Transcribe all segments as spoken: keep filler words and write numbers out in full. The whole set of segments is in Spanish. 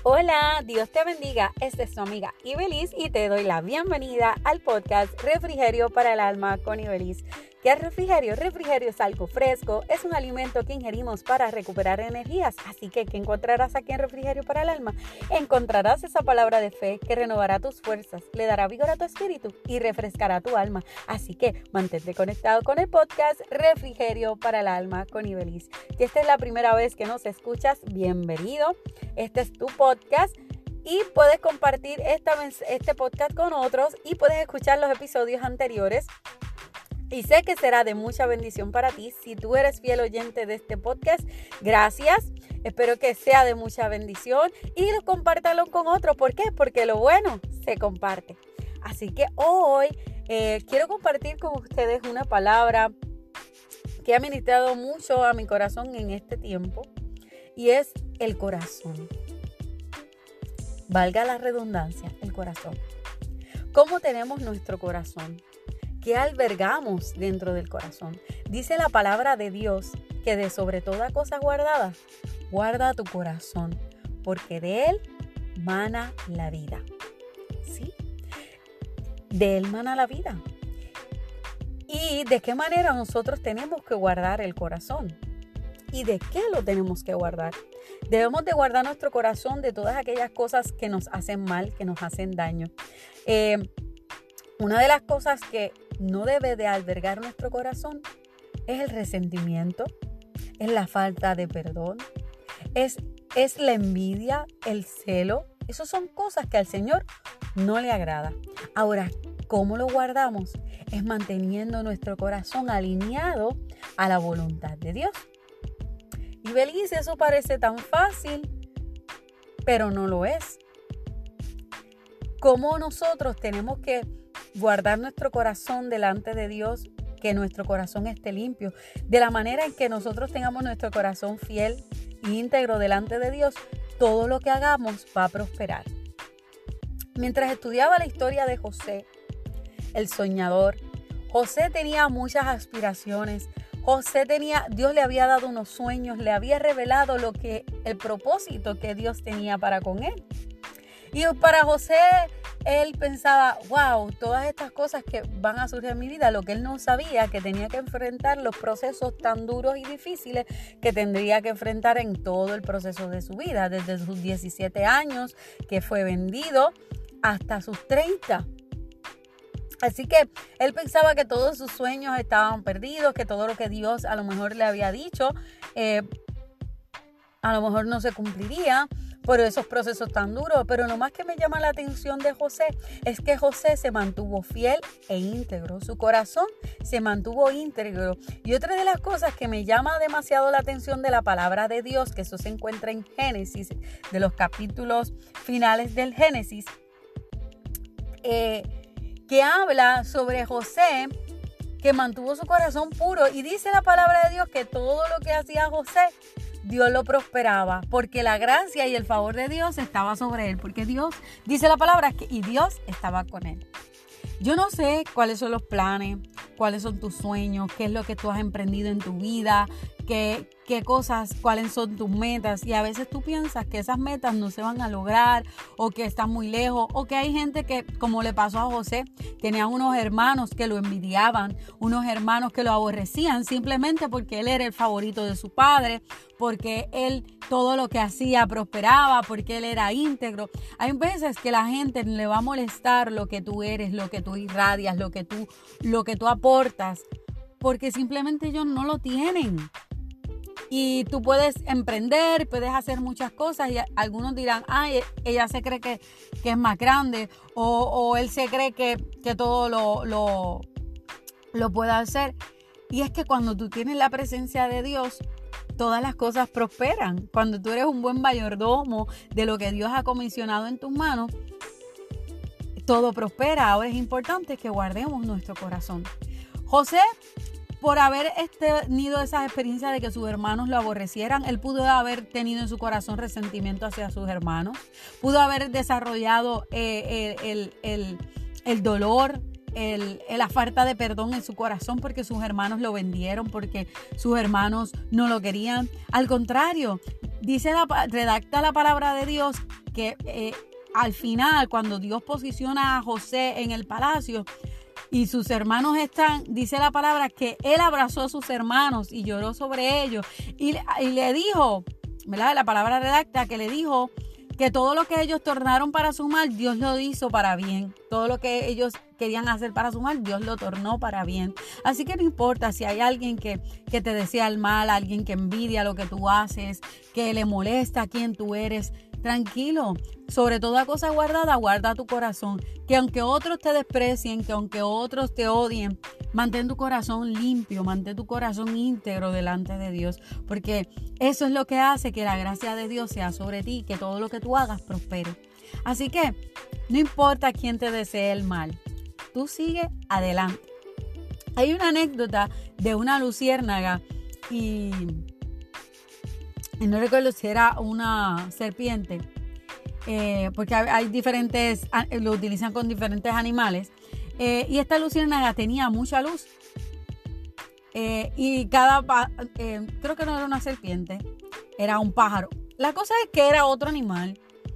Hola, Dios te bendiga. Esta es tu amiga Ibelis y te doy la bienvenida al podcast Refrigerio para el Alma con Ibelis. ¿Qué es refrigerio? Refrigerio es algo fresco, es un alimento que ingerimos para recuperar energías. Así que, ¿qué encontrarás aquí en Refrigerio para el Alma? Encontrarás esa palabra de fe que renovará tus fuerzas, le dará vigor a tu espíritu y refrescará tu alma. Así que, mantente conectado con el podcast Refrigerio para el Alma con Ibelis. Si esta es la primera vez que nos escuchas, bienvenido. Este es tu podcast. Y puedes compartir esta, este podcast con otros y puedes escuchar los episodios anteriores. Y sé que será de mucha bendición para ti. Si tú eres fiel oyente de este podcast, gracias. Espero que sea de mucha bendición y compártalo con otros. ¿Por qué? Porque lo bueno se comparte. Así que hoy eh, quiero compartir con ustedes una palabra que ha ministrado mucho a mi corazón en este tiempo. Y es el corazón. Valga la redundancia, el corazón. ¿Cómo tenemos nuestro corazón? ¿Qué albergamos dentro del corazón? Dice la palabra de Dios que de sobre toda cosa guardada, guarda tu corazón, porque de él mana la vida. ¿Sí? De él mana la vida. ¿Y de qué manera nosotros tenemos que guardar el corazón? ¿Y de qué lo tenemos que guardar? Debemos de guardar nuestro corazón de todas aquellas cosas que nos hacen mal, que nos hacen daño. Eh, una de las cosas que no debe de albergar nuestro corazón es el resentimiento, es la falta de perdón, es, es la envidia, el celo. Esas son cosas que al Señor no le agrada. Ahora, ¿cómo lo guardamos? Es manteniendo nuestro corazón alineado a la voluntad de Dios. Y Belis, eso parece tan fácil, pero no lo es. ¿Cómo nosotros tenemos que guardar nuestro corazón delante de Dios, que nuestro corazón esté limpio? De la manera en que nosotros tengamos nuestro corazón fiel e íntegro delante de Dios, todo lo que hagamos va a prosperar. Mientras estudiaba la historia de José, el soñador, José tenía muchas aspiraciones. José tenía, Dios le había dado unos sueños, le había revelado lo que, el propósito que Dios tenía para con él. Y para José, él pensaba, wow, todas estas cosas que van a surgir en mi vida, lo que él no sabía, que tenía que enfrentar los procesos tan duros y difíciles que tendría que enfrentar en todo el proceso de su vida, desde sus diecisiete años, que fue vendido, hasta sus treinta. Así que él pensaba que todos sus sueños estaban perdidos, que todo lo que Dios a lo mejor le había dicho, eh, a lo mejor no se cumpliría por esos procesos tan duros. Pero lo más que me llama la atención de José es que José se mantuvo fiel e íntegro. Su corazón se mantuvo íntegro. Y otra de las cosas que me llama demasiado la atención de la palabra de Dios, que eso se encuentra en Génesis, de los capítulos finales del Génesis, eh, que habla sobre José, que mantuvo su corazón puro. Y dice la palabra de Dios que todo lo que hacía José, Dios lo prosperaba, porque la gracia y el favor de Dios estaba sobre él, porque Dios, dice la palabra, que y Dios estaba con él. Yo no sé cuáles son los planes, cuáles son tus sueños, qué es lo que tú has emprendido en tu vida, qué, qué cosas, cuáles son tus metas. Y a veces tú piensas que esas metas no se van a lograr, o que están muy lejos, o que hay gente que, como le pasó a José, tenía unos hermanos que lo envidiaban, unos hermanos que lo aborrecían simplemente porque él era el favorito de su padre, porque él todo lo que hacía prosperaba, porque él era íntegro. Hay veces que la gente le va a molestar lo que tú eres, lo que tú irradias, lo que tú, lo que tú aportas, porque simplemente ellos no lo tienen. Y tú puedes emprender, puedes hacer muchas cosas y algunos dirán, ay, ella se cree que, que es más grande, o, o él se cree que, que todo lo, lo, lo puede hacer. Y es que cuando tú tienes la presencia de Dios, todas las cosas prosperan. Cuando tú eres un buen mayordomo de lo que Dios ha comisionado en tus manos, todo prospera. Ahora es importante que guardemos nuestro corazón. José, por haber tenido esas experiencias de que sus hermanos lo aborrecieran, él pudo haber tenido en su corazón resentimiento hacia sus hermanos, pudo haber desarrollado eh, el, el, el, el dolor, el, la falta de perdón en su corazón porque sus hermanos lo vendieron, porque sus hermanos no lo querían. Al contrario, dice la, redacta la palabra de Dios que eh, al final, cuando Dios posiciona a José en el palacio y sus hermanos están, dice la palabra que él abrazó a sus hermanos y lloró sobre ellos y, y le dijo, ¿verdad? La palabra redacta que le dijo que todo lo que ellos tornaron para su mal, Dios lo hizo para bien. Todo lo que ellos querían hacer para su mal, Dios lo tornó para bien. Así que no importa si hay alguien que, que te desea el mal, alguien que envidia lo que tú haces, que le molesta a quien tú eres. Tranquilo, sobre toda cosa guardada, guarda tu corazón. Que aunque otros te desprecien, que aunque otros te odien, mantén tu corazón limpio, mantén tu corazón íntegro delante de Dios. Porque eso es lo que hace que la gracia de Dios sea sobre ti, que todo lo que tú hagas prospere. Así que no importa quién te desee el mal, tú sigue adelante. Hay una anécdota de una luciérnaga y... no recuerdo si era una serpiente, eh, porque hay, hay diferentes, lo utilizan con diferentes animales. Eh, y esta luciérnaga tenía mucha luz. Eh, y cada, eh, creo que no era una serpiente, era un pájaro. La cosa es que era otro animal.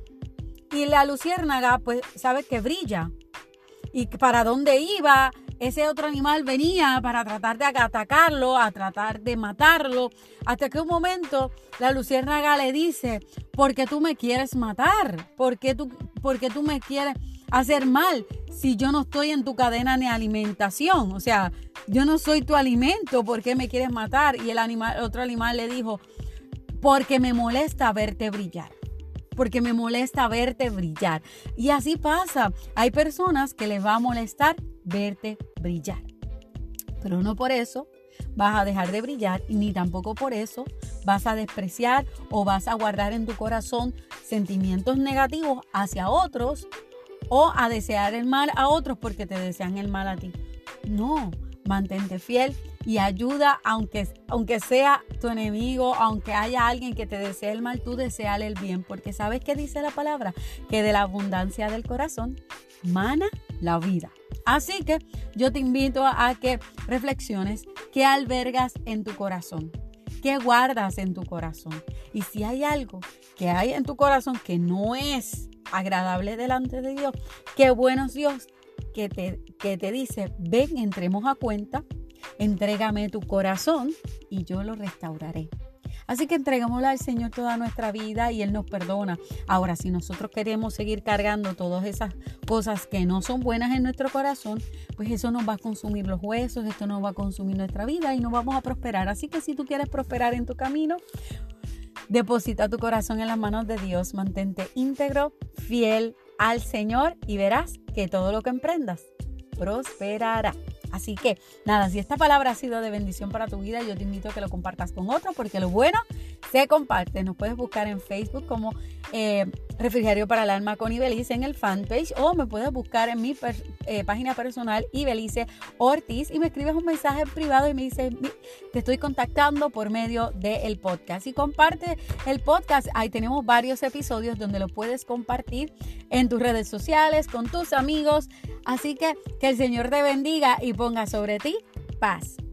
Y la luciérnaga, pues, sabe que brilla. Y para dónde iba, ese otro animal venía para tratar de atacarlo, a tratar de matarlo, hasta que un momento la luciérnaga le dice, ¿por qué tú me quieres matar? ¿Por qué tú, por qué tú me quieres hacer mal si yo no estoy en tu cadena de alimentación? O sea, yo no soy tu alimento, ¿por qué me quieres matar? Y el animal, otro animal le dijo, porque me molesta verte brillar. Porque me molesta verte brillar. Y así pasa. Hay personas que les va a molestar verte brillar. Pero no por eso vas a dejar de brillar, ni tampoco por eso vas a despreciar o vas a guardar en tu corazón sentimientos negativos hacia otros o a desear el mal a otros porque te desean el mal a ti. No, mantente fiel y ayuda, aunque, aunque sea tu enemigo, aunque haya alguien que te desee el mal, tú deseale el bien, porque ¿sabes qué dice la palabra? Que de la abundancia del corazón mana la vida. Así que yo te invito a que reflexiones qué albergas en tu corazón, qué guardas en tu corazón. Y si hay algo que hay en tu corazón que no es agradable delante de Dios, qué bueno es Dios que te, que te dice, ven, entremos a cuenta, entrégame tu corazón y yo lo restauraré. Así que entregámosle al Señor toda nuestra vida y Él nos perdona. Ahora, si nosotros queremos seguir cargando todas esas cosas que no son buenas en nuestro corazón, pues eso nos va a consumir los huesos, esto nos va a consumir nuestra vida y no vamos a prosperar. Así que si tú quieres prosperar en tu camino, deposita tu corazón en las manos de Dios, mantente íntegro, fiel al Señor y verás que todo lo que emprendas prosperará. Así que nada, si esta palabra ha sido de bendición para tu vida, yo te invito a que lo compartas con otros porque lo bueno se comparte. Nos puedes buscar en Facebook como eh, Refrigerio para el Alma con Ibelice en el fanpage o me puedes buscar en mi per, eh, página personal Ibelice Ortiz y me escribes un mensaje privado y me dices, te estoy contactando por medio del podcast. Y comparte el podcast, ahí tenemos varios episodios donde lo puedes compartir en tus redes sociales, con tus amigos. Así que que el Señor te bendiga y ponga sobre ti paz.